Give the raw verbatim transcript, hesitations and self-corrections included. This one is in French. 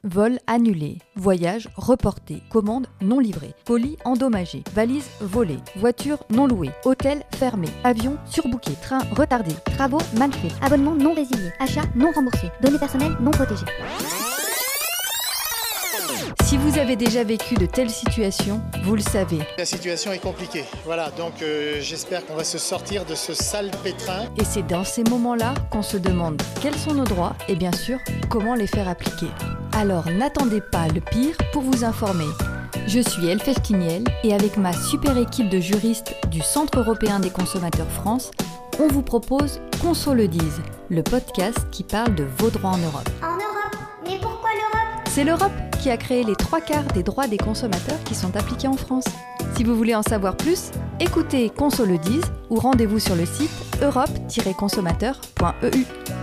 Vol annulé, voyage reporté, commande non livrée, colis endommagé, valise volée, voiture non louée, hôtel fermé, avion surbooké, train retardé, travaux mal faits, abonnement non résilié, achat non remboursé, données personnelles non protégées. Si vous avez déjà vécu de telles situations, vous le savez. La situation est compliquée, voilà, donc euh, j'espère qu'on va se sortir de ce sale pétrin. Et c'est dans ces moments-là qu'on se demande quels sont nos droits et bien sûr, comment les faire appliquer. Alors n'attendez pas le pire pour vous informer. Je suis Elfèche Quiniel et avec ma super équipe de juristes du Centre européen des consommateurs France, on vous propose Qu'on se le dise, le podcast qui parle de vos droits en Europe. En Europe? Mais pourquoi l'Europe? C'est l'Europe qui a créé les trois quarts des droits des consommateurs qui sont appliqués en France. Si vous voulez en savoir plus, écoutez Qu'on se le dise ou rendez-vous sur le site europe tiret consommateur point e u.